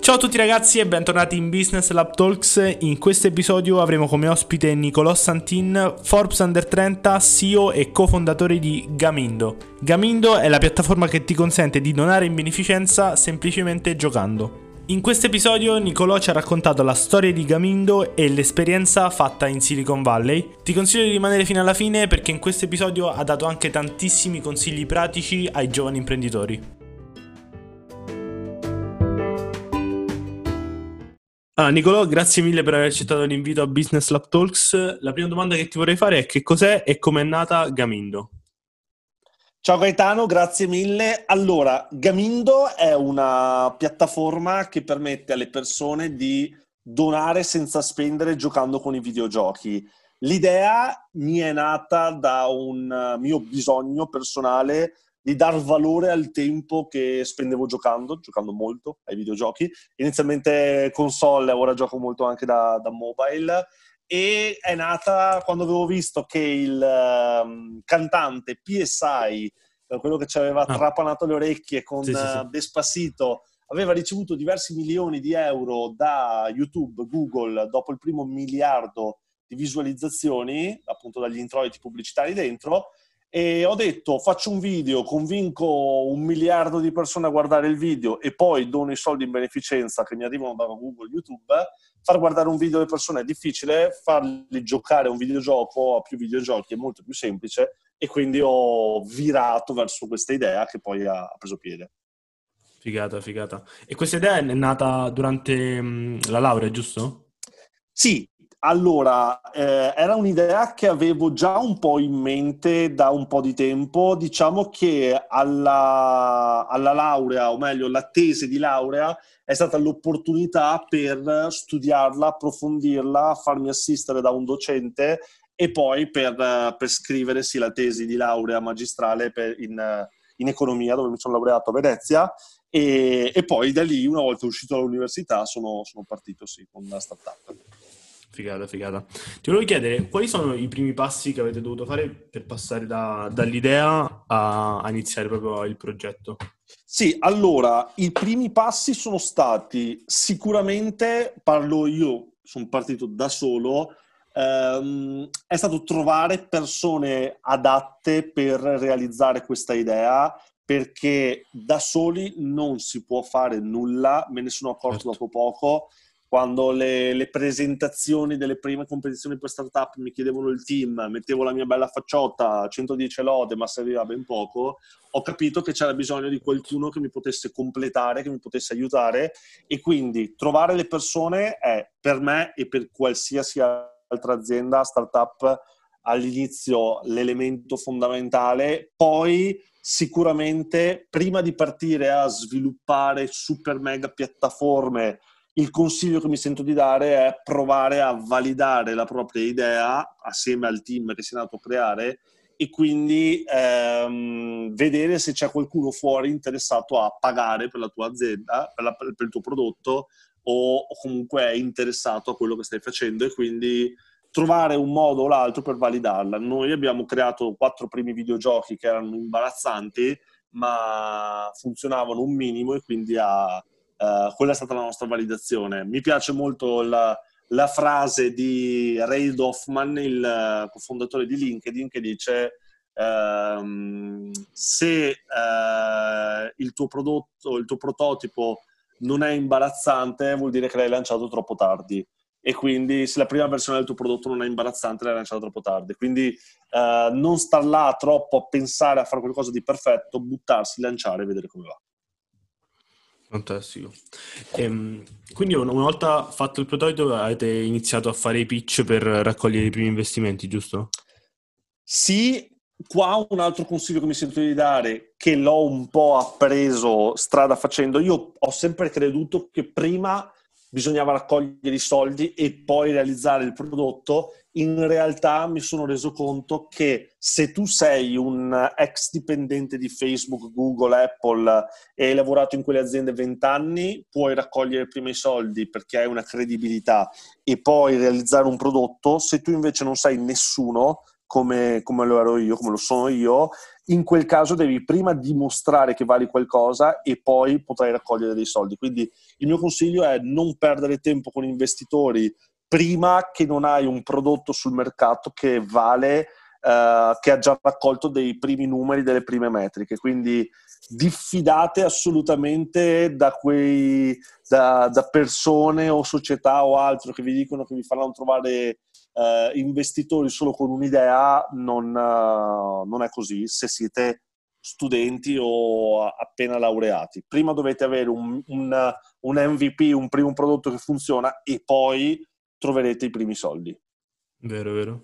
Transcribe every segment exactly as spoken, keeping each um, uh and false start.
Ciao a tutti ragazzi e bentornati in Business Lab Talks. In questo episodio avremo come ospite Nicolò Santin, Forbes Under trenta, C E O e cofondatore di Gamindo. Gamindo è la piattaforma che ti consente di donare in beneficenza semplicemente giocando. In questo episodio Nicolò ci ha raccontato la storia di Gamindo e l'esperienza fatta in Silicon Valley. Ti consiglio di rimanere fino alla fine perché in questo episodio ha dato anche tantissimi consigli pratici ai giovani imprenditori. Allora, Nicolò, grazie mille per aver accettato l'invito a Business Lab Talks. La prima domanda che ti vorrei fare è che cos'è e come è nata Gamindo? Ciao Gaetano, grazie mille. Allora, Gamindo è una piattaforma che permette alle persone di donare senza spendere giocando con i videogiochi. L'idea mi è nata da un mio bisogno personale di dar valore al tempo che spendevo giocando, giocando molto ai videogiochi. Inizialmente console, ora gioco molto anche da, da mobile. E è nata quando avevo visto che il um, cantante P S I, quello che ci aveva Ah. trapanato le orecchie con Sì, sì, sì. Despacito, aveva ricevuto diversi milioni di euro da YouTube, Google, dopo il primo miliardo di visualizzazioni, appunto dagli introiti pubblicitari dentro, e ho detto faccio un video, convinco un miliardo di persone a guardare il video e poi dono i soldi in beneficenza che mi arrivano da Google, YouTube. Far guardare un video alle persone è difficile, farli giocare a un videogioco, a più videogiochi, è molto più semplice, e quindi ho virato verso questa idea che poi ha preso piede. Figata, figata. E questa idea è nata durante mh, la laurea, giusto? Sì, allora, eh, era un'idea che avevo già un po' in mente da un po' di tempo. Diciamo che alla, alla laurea, o meglio, la tesi di laurea è stata l'opportunità per studiarla, approfondirla, farmi assistere da un docente e poi per, per scrivere sì, la tesi di laurea magistrale per, in, in economia, dove mi sono laureato a Venezia. E, e poi da lì, una volta uscito dall'università, sono, sono partito sì, con una startup. Figata, figata. Ti volevo chiedere, quali sono i primi passi che avete dovuto fare per passare da, dall'idea a, a iniziare proprio il progetto? Sì, allora, i primi passi sono stati sicuramente, parlo io, sono partito da solo, ehm, è stato trovare persone adatte per realizzare questa idea, perché da soli non si può fare nulla, me ne sono accorto Certo. dopo poco. Quando le, le presentazioni delle prime competizioni per startup mi chiedevano il team, mettevo la mia bella facciotta, centodieci lode, ma serviva ben poco, ho capito che c'era bisogno di qualcuno che mi potesse completare, che mi potesse aiutare, e quindi trovare le persone è per me e per qualsiasi altra azienda, startup, all'inizio l'elemento fondamentale. Poi sicuramente prima di partire a sviluppare super mega piattaforme, il consiglio che mi sento di dare è provare a validare la propria idea assieme al team che si è andato a creare, e quindi ehm, vedere se c'è qualcuno fuori interessato a pagare per la tua azienda, per, la, per il tuo prodotto, o, o comunque è interessato a quello che stai facendo, e quindi trovare un modo o l'altro per validarla. Noi abbiamo creato quattro primi videogiochi che erano imbarazzanti, ma funzionavano un minimo, e quindi ha... Uh, quella è stata la nostra validazione. Mi piace molto la, la frase di Reid Hoffman, il uh, cofondatore di LinkedIn, che dice uh, se uh, il tuo prodotto, il tuo prototipo non è imbarazzante, vuol dire che l'hai lanciato troppo tardi. E quindi se la prima versione del tuo prodotto non è imbarazzante, l'hai lanciato troppo tardi. Quindi uh, non star là troppo a pensare a fare qualcosa di perfetto, buttarsi, lanciare e vedere come va. Fantastico. Ehm, quindi una una volta fatto il prototipo avete iniziato a fare i pitch per raccogliere i primi investimenti, giusto? Sì, qua un altro consiglio che mi sento di dare, che l'ho un po' appreso strada facendo. Io ho sempre creduto che prima bisognava raccogliere i soldi e poi realizzare il prodotto. In realtà mi sono reso conto che se tu sei un ex dipendente di Facebook, Google, Apple e hai lavorato in quelle aziende vent'anni, puoi raccogliere prima i soldi perché hai una credibilità e poi realizzare un prodotto. Se tu invece non sei nessuno, come, come lo ero io, come lo sono io, in quel caso devi prima dimostrare che vali qualcosa e poi potrai raccogliere dei soldi. Quindi il mio consiglio è non perdere tempo con investitori prima che non hai un prodotto sul mercato che vale, eh, che ha già raccolto dei primi numeri, delle prime metriche. Quindi diffidate assolutamente da quei da, da persone o società o altro che vi dicono che vi faranno trovare Uh, investitori solo con un'idea. Non, uh, non è così se siete studenti o appena laureati. Prima dovete avere un, un, un M V P, un primo prodotto che funziona, e poi troverete i primi soldi. Vero, vero.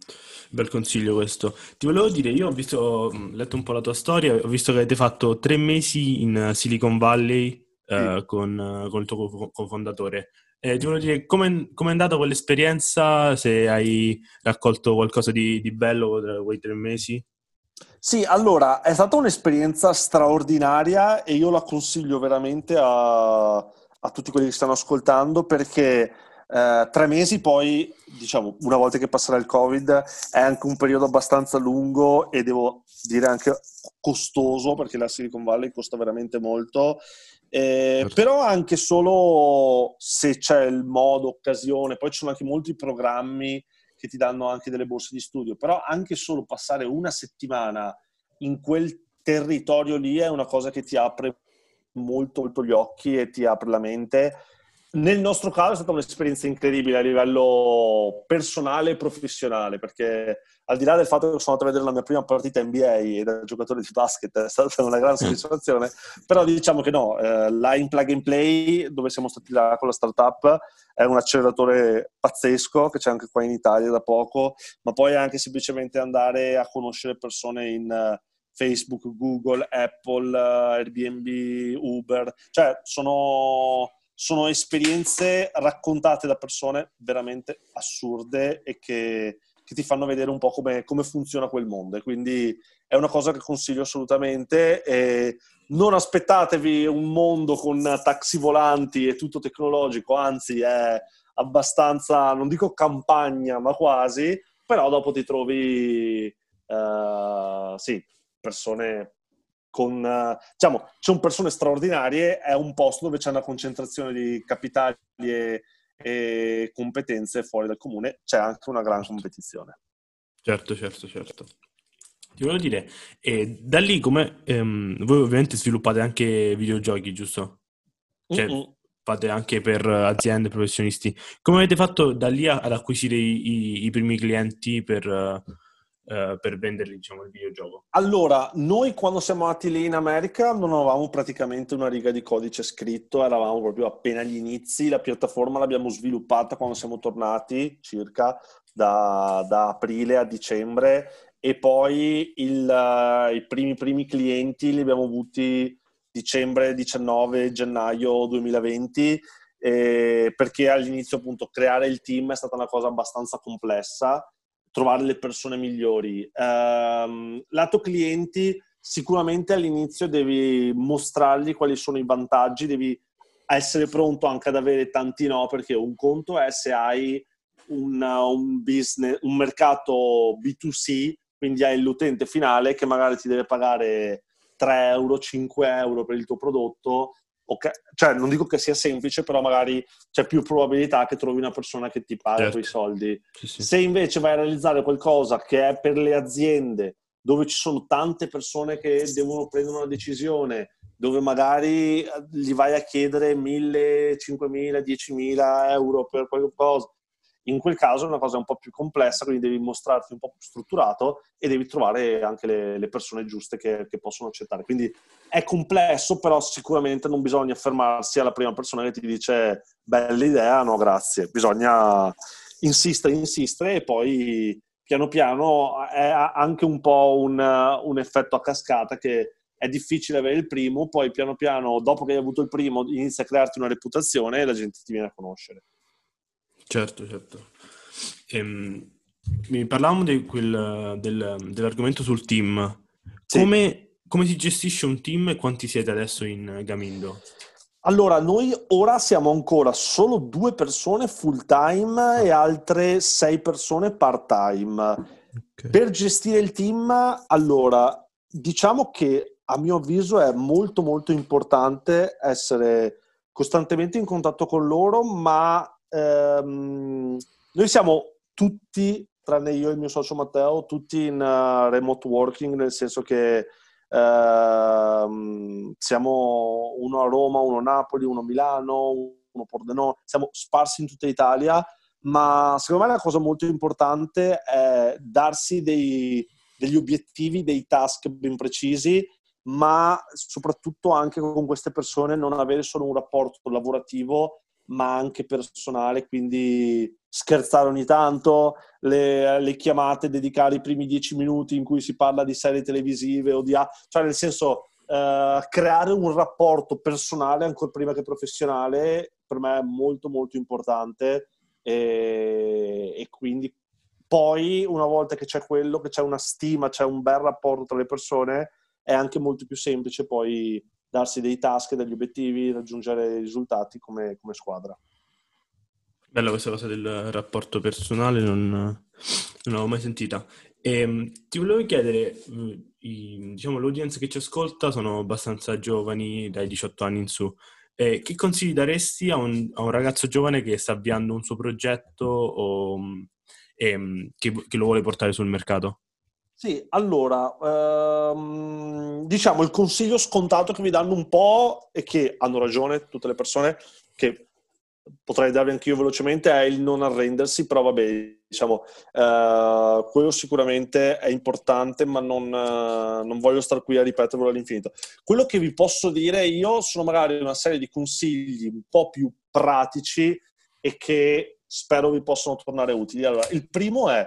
Bel consiglio questo. Ti volevo dire, io ho visto, ho letto un po' la tua storia, ho visto che avete fatto tre mesi in Silicon Valley eh, Sì. con, con il tuo co- cofondatore. Eh, ti volevo dire, come è andata quell'esperienza, se hai raccolto qualcosa di, di bello da quei tre mesi? Sì, allora, è stata un'esperienza straordinaria e io la consiglio veramente a, a tutti quelli che stanno ascoltando, perché eh, tre mesi poi, diciamo, una volta che passerà il Covid, è anche un periodo abbastanza lungo e devo dire anche costoso, perché la Silicon Valley costa veramente molto. Eh, Certo. però anche solo se c'è il modo, occasione, poi ci sono anche molti programmi che ti danno anche delle borse di studio, però anche solo passare una settimana in quel territorio lì è una cosa che ti apre molto, molto gli occhi e ti apre la mente. Nel nostro caso è stata un'esperienza incredibile a livello personale e professionale, perché al di là del fatto che sono andato a vedere la mia prima partita N B A e da giocatore di basket è stata una gran soddisfazione, però diciamo che no, eh, là in Plug and Play, dove siamo stati là con la startup, è un acceleratore pazzesco che c'è anche qua in Italia da poco, ma poi anche semplicemente andare a conoscere persone in uh, Facebook, Google, Apple, uh, Airbnb, Uber, cioè sono... sono esperienze raccontate da persone veramente assurde e che, che ti fanno vedere un po' come, come funziona quel mondo. E quindi è una cosa che consiglio assolutamente. E non aspettatevi un mondo con taxi volanti e tutto tecnologico, anzi è abbastanza, non dico campagna, ma quasi, però dopo ti trovi, uh, sì, persone... con, diciamo, ci sono persone straordinarie, è un posto dove c'è una concentrazione di capitali e, e competenze fuori dal comune, c'è anche una gran competizione. Certo, certo, certo. Ti volevo dire, e da lì come ehm, voi ovviamente sviluppate anche videogiochi, giusto? Cioè Mm-mm. fate anche per aziende, professionisti. Come avete fatto da lì a- ad acquisire i, i- i primi clienti per, eh, per venderli, diciamo, il videogioco? Allora, noi quando siamo andati lì in America non avevamo praticamente una riga di codice scritto, eravamo proprio appena agli inizi, la piattaforma l'abbiamo sviluppata quando siamo tornati, circa da, da aprile a dicembre, e poi il, uh, i primi primi clienti li abbiamo avuti dicembre diciannove, gennaio duemilaventi, eh, perché all'inizio appunto creare il team è stata una cosa abbastanza complessa, trovare le persone migliori. Um, lato clienti, sicuramente all'inizio devi mostrargli quali sono i vantaggi, devi essere pronto anche ad avere tanti no, perché un conto è se hai un, un business, un mercato B due C, quindi hai l'utente finale che magari ti deve pagare tre euro, cinque euro per il tuo prodotto. Okay. Cioè, non dico che sia semplice, però magari c'è più probabilità che trovi una persona che ti paga Certo. quei soldi. Sì, sì. Se invece vai a realizzare qualcosa che è per le aziende, dove ci sono tante persone che devono prendere una decisione, dove magari gli vai a chiedere mille, cinquemila, diecimila euro per qualcosa, in quel caso è una cosa un po' più complessa, quindi devi mostrarti un po' più strutturato e devi trovare anche le, le persone giuste che, che possono accettare. Quindi è complesso, però sicuramente non bisogna fermarsi alla prima persona che ti dice bella idea, no grazie. Bisogna insistere, insistere e poi piano piano è anche un po' un, un effetto a cascata, che è difficile avere il primo, poi piano piano, dopo che hai avuto il primo, inizia a crearti una reputazione e la gente ti viene a conoscere. Certo, certo. Ehm, mi parlavamo di quel- del- dell'argomento sul team. Sì. Come, come si gestisce un team e quanti siete adesso in Gamindo? Allora, noi ora siamo ancora solo due persone full time Ah, e altre sei persone part time. ok. Per gestire il team, allora, diciamo che a mio avviso è molto molto importante essere costantemente in contatto con loro, ma ehm, noi siamo tutti, tranne io e il mio socio Matteo, tutti in uh, remote working, nel senso che ehm, siamo uno a Roma, uno a Napoli, uno a Milano, uno a Pordenone, siamo sparsi in tutta Italia, ma secondo me la cosa molto importante è darsi dei, degli obiettivi, dei task ben precisi, ma soprattutto anche con queste persone non avere solo un rapporto lavorativo ma anche personale, quindi scherzare ogni tanto, le, le chiamate, dedicare i primi dieci minuti in cui si parla di serie televisive o di... cioè nel senso eh, creare un rapporto personale ancora prima che professionale per me è molto molto importante e, e quindi poi una volta che c'è quello, che c'è una stima, c'è un bel rapporto tra le persone, è anche molto più semplice poi darsi dei task, degli obiettivi, raggiungere i risultati come, come squadra. Bella questa cosa del rapporto personale, non, non l'avevo mai sentita. E, ti volevo chiedere, i, diciamo, l'audience che ci ascolta sono abbastanza giovani, dai diciotto anni in su. Eh, che consigli daresti a un, a un ragazzo giovane che sta avviando un suo progetto o e, che, che lo vuole portare sul mercato? Sì, allora, ehm, diciamo il consiglio scontato che mi danno un po' e che hanno ragione tutte le persone, che potrei darvi anch'io velocemente, è il non arrendersi, però vabbè, diciamo, eh, quello sicuramente è importante, ma non, eh, non voglio star qui a ripeterlo all'infinito. Quello che vi posso dire io sono magari una serie di consigli un po' più pratici e che spero vi possano tornare utili. Allora, il primo è: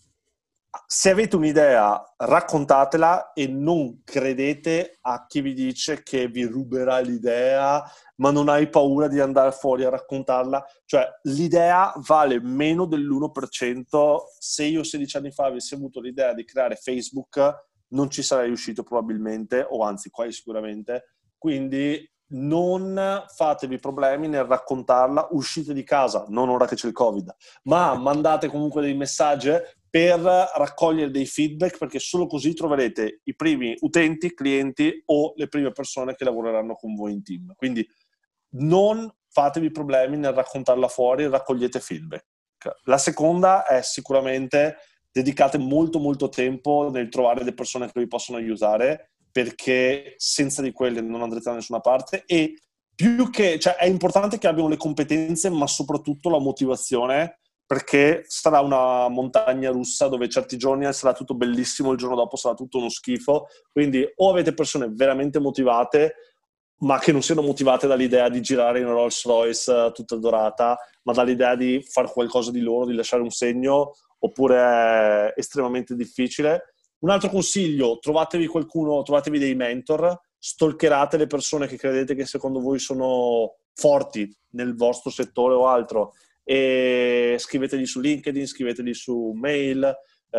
se avete un'idea, raccontatela e non credete a chi vi dice che vi ruberà l'idea, ma non hai paura di andare fuori a raccontarla. Cioè, l'idea vale meno dell'uno per cento. Se io sedici anni fa avessi avuto l'idea di creare Facebook, non ci sarei riuscito probabilmente, o anzi, quasi sicuramente. Quindi non fatevi problemi nel raccontarla, uscite di casa, non ora che c'è il Covid, ma mandate comunque dei messaggi per raccogliere dei feedback, perché solo così troverete i primi utenti, clienti o le prime persone che lavoreranno con voi in team. Quindi non fatevi problemi nel raccontarla fuori, raccogliete feedback. La seconda è sicuramente dedicate molto molto tempo nel trovare delle persone che vi possono aiutare, perché senza di quelle non andrete da nessuna parte. E più che, cioè, è importante che abbiano le competenze, ma soprattutto la motivazione, perché sarà una montagna russa dove certi giorni sarà tutto bellissimo, il giorno dopo sarà tutto uno schifo. Quindi o avete persone veramente motivate, ma che non siano motivate dall'idea di girare in Rolls Royce tutta dorata, ma dall'idea di fare qualcosa di loro, di lasciare un segno, oppure è estremamente difficile. Un altro consiglio: trovatevi qualcuno, trovatevi dei mentor, stalkerate le persone che credete che secondo voi sono forti nel vostro settore o altro, e scrivetegli su LinkedIn, scrivetegli su mail. Uh,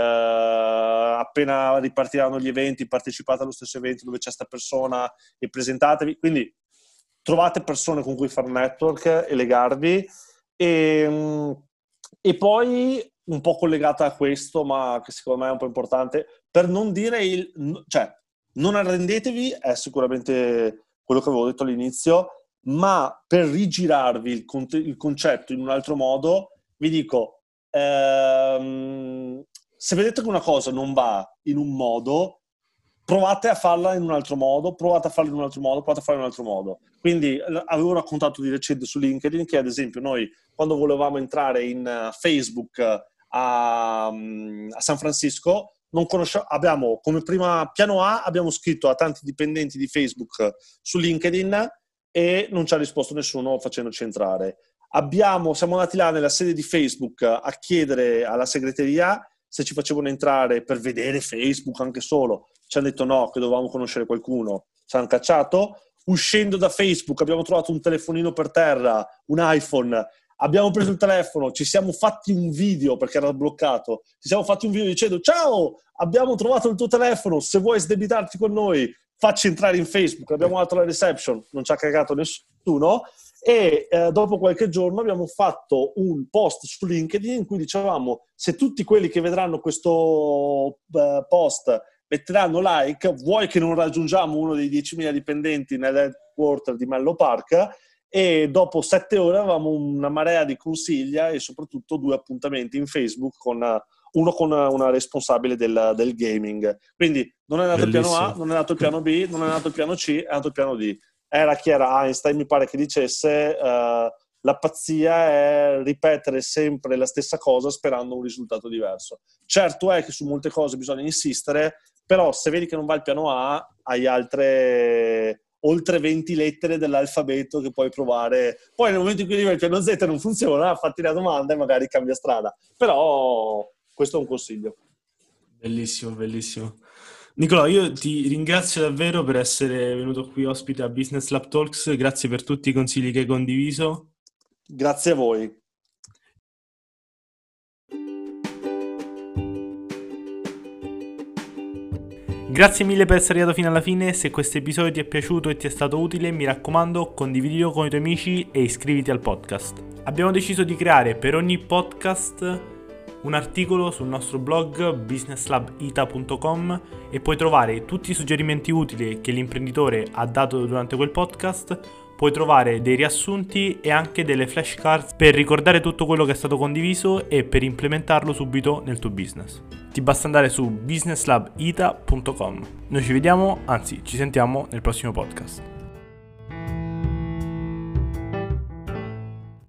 appena ripartiranno gli eventi, partecipate allo stesso evento dove c'è sta persona e presentatevi. Quindi trovate persone con cui fare network e legarvi. E, e poi, un po' collegata a questo, ma che secondo me è un po' importante, per non dire il... cioè, non arrendetevi, è sicuramente quello che avevo detto all'inizio, ma per rigirarvi il, con- il concetto in un altro modo, vi dico, ehm, se vedete che una cosa non va in un modo, provate a farla in un altro modo, provate a farla in un altro modo, provate a farla in un altro modo. Quindi avevo raccontato di recente su LinkedIn che, ad esempio, noi quando volevamo entrare in Facebook a, a San Francisco, non conosce- abbiamo come prima piano A abbiamo scritto a tanti dipendenti di Facebook su LinkedIn e non ci ha risposto nessuno facendoci entrare. Abbiamo, siamo andati là nella sede di Facebook a chiedere alla segreteria se ci facevano entrare per vedere Facebook anche solo. Ci hanno detto no, che dovevamo conoscere qualcuno. Ci hanno cacciato. Uscendo da Facebook abbiamo trovato un telefonino per terra, un iPhone. Abbiamo preso il telefono, ci siamo fatti un video perché era bloccato. Ci siamo fatti un video dicendo: ciao, abbiamo trovato il tuo telefono, se vuoi sdebitarti con noi facci entrare in Facebook. Abbiamo dato la reception, non ci ha cagato nessuno. E eh, dopo qualche giorno abbiamo fatto un post su LinkedIn in cui dicevamo: se tutti quelli che vedranno questo eh, post metteranno like, vuoi che non raggiungiamo uno dei diecimila dipendenti nell'headquarter di Menlo Park, e dopo sette ore avevamo una marea di consiglia e soprattutto due appuntamenti in Facebook, con uno con una responsabile del, del gaming. Quindi non è nato Bellissimo. il piano A, non è nato il piano B, non è nato il piano C, è nato il piano D. Era chi era Einstein, mi pare che dicesse uh, la pazzia è ripetere sempre la stessa cosa sperando un risultato diverso. Certo è che su molte cose bisogna insistere, però se vedi che non va il piano A, hai altre oltre venti lettere dell'alfabeto che puoi provare. Poi nel momento in cui arriva il piano Z non funziona, fatti la domanda e magari cambia strada. Però questo è un consiglio. Bellissimo, bellissimo. Nicolò, io ti ringrazio davvero per essere venuto qui ospite a Business Lab Talks, grazie per tutti i consigli che hai condiviso. Grazie a voi. Grazie mille per essere arrivato fino alla fine. Se questo episodio ti è piaciuto e ti è stato utile, mi raccomando, condividilo con i tuoi amici e iscriviti al podcast. Abbiamo deciso di creare per ogni podcast un articolo sul nostro blog business lab ita punto com e puoi trovare tutti i suggerimenti utili che l'imprenditore ha dato durante quel podcast. Puoi trovare dei riassunti e anche delle flashcards per ricordare tutto quello che è stato condiviso e per implementarlo subito nel tuo business. Ti basta andare su business lab ita punto com. Noi ci vediamo, anzi ci sentiamo nel prossimo podcast.